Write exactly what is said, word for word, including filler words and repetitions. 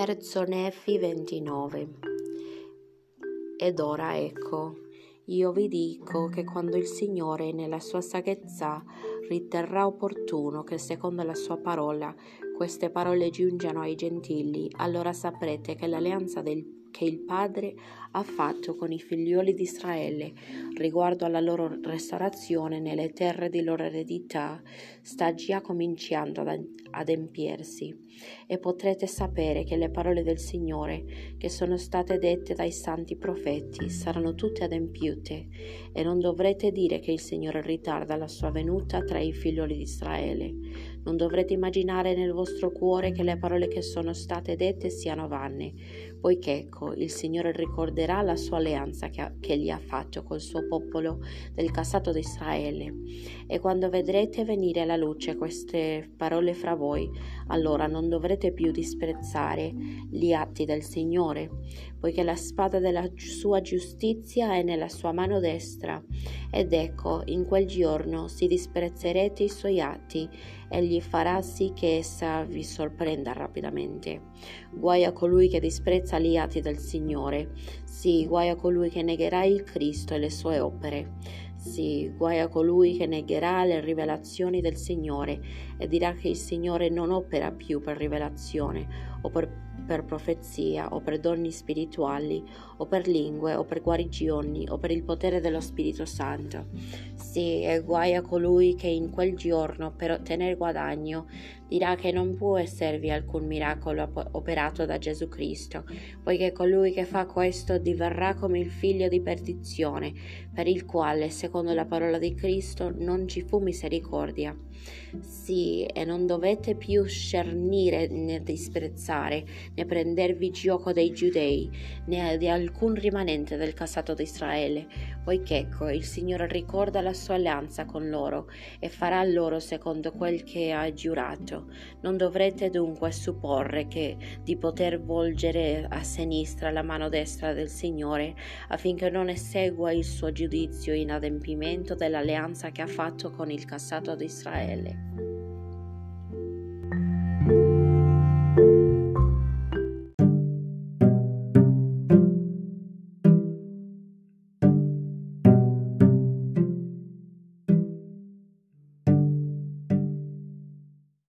Terzo Nefi ventinove. Ed ora ecco, io vi dico che quando il Signore nella sua saggezza riterrà opportuno che secondo la sua parola queste parole giungano ai gentili, allora saprete che l'alleanza del che il Padre ha fatto con i figlioli di Israele riguardo alla loro restaurazione nelle terre di loro eredità sta già cominciando ad adempiersi, e potrete sapere che le parole del Signore che sono state dette dai santi profeti saranno tutte adempiute, e non dovrete dire che il Signore ritarda la sua venuta tra i figlioli di Israele. Non dovrete immaginare nel vostro cuore che le parole che sono state dette siano vane, poiché ecco, il Signore ricorderà la sua alleanza che, ha, che gli ha fatto col suo popolo del casato di Israele. E quando vedrete venire alla luce queste parole fra voi, allora non dovrete più disprezzare gli atti del Signore, poiché la spada della sua giustizia è nella sua mano destra. Ed ecco, in quel giorno si disprezzerete i suoi atti, egli farà sì che essa vi sorprenda rapidamente. Guai a colui che disprezza gli atti del Signore, sì, guai a colui che negherà il Cristo e le sue opere. Sì, guai a colui che negherà le rivelazioni del Signore e dirà che il Signore non opera più per rivelazione o per per profezia o per doni spirituali o per lingue o per guarigioni o per il potere dello Spirito Santo. Sì, e guai a colui che in quel giorno per ottenere guadagno dirà che non può esservi alcun miracolo operato da Gesù Cristo, poiché colui che fa questo diverrà come il figlio di perdizione, per il quale, secondo la parola di Cristo, non ci fu misericordia. Sì, e non dovete più scernire né disprezzare, né prendervi gioco dei giudei, né di alcun rimanente del casato di Israele, poiché ecco, il Signore ricorda la sua alleanza con loro e farà loro secondo quel che ha giurato. Non dovrete dunque supporre che di poter volgere a sinistra la mano destra del Signore, affinché non esegua il suo giudizio in adempimento dell'alleanza che ha fatto con il casato di Israele.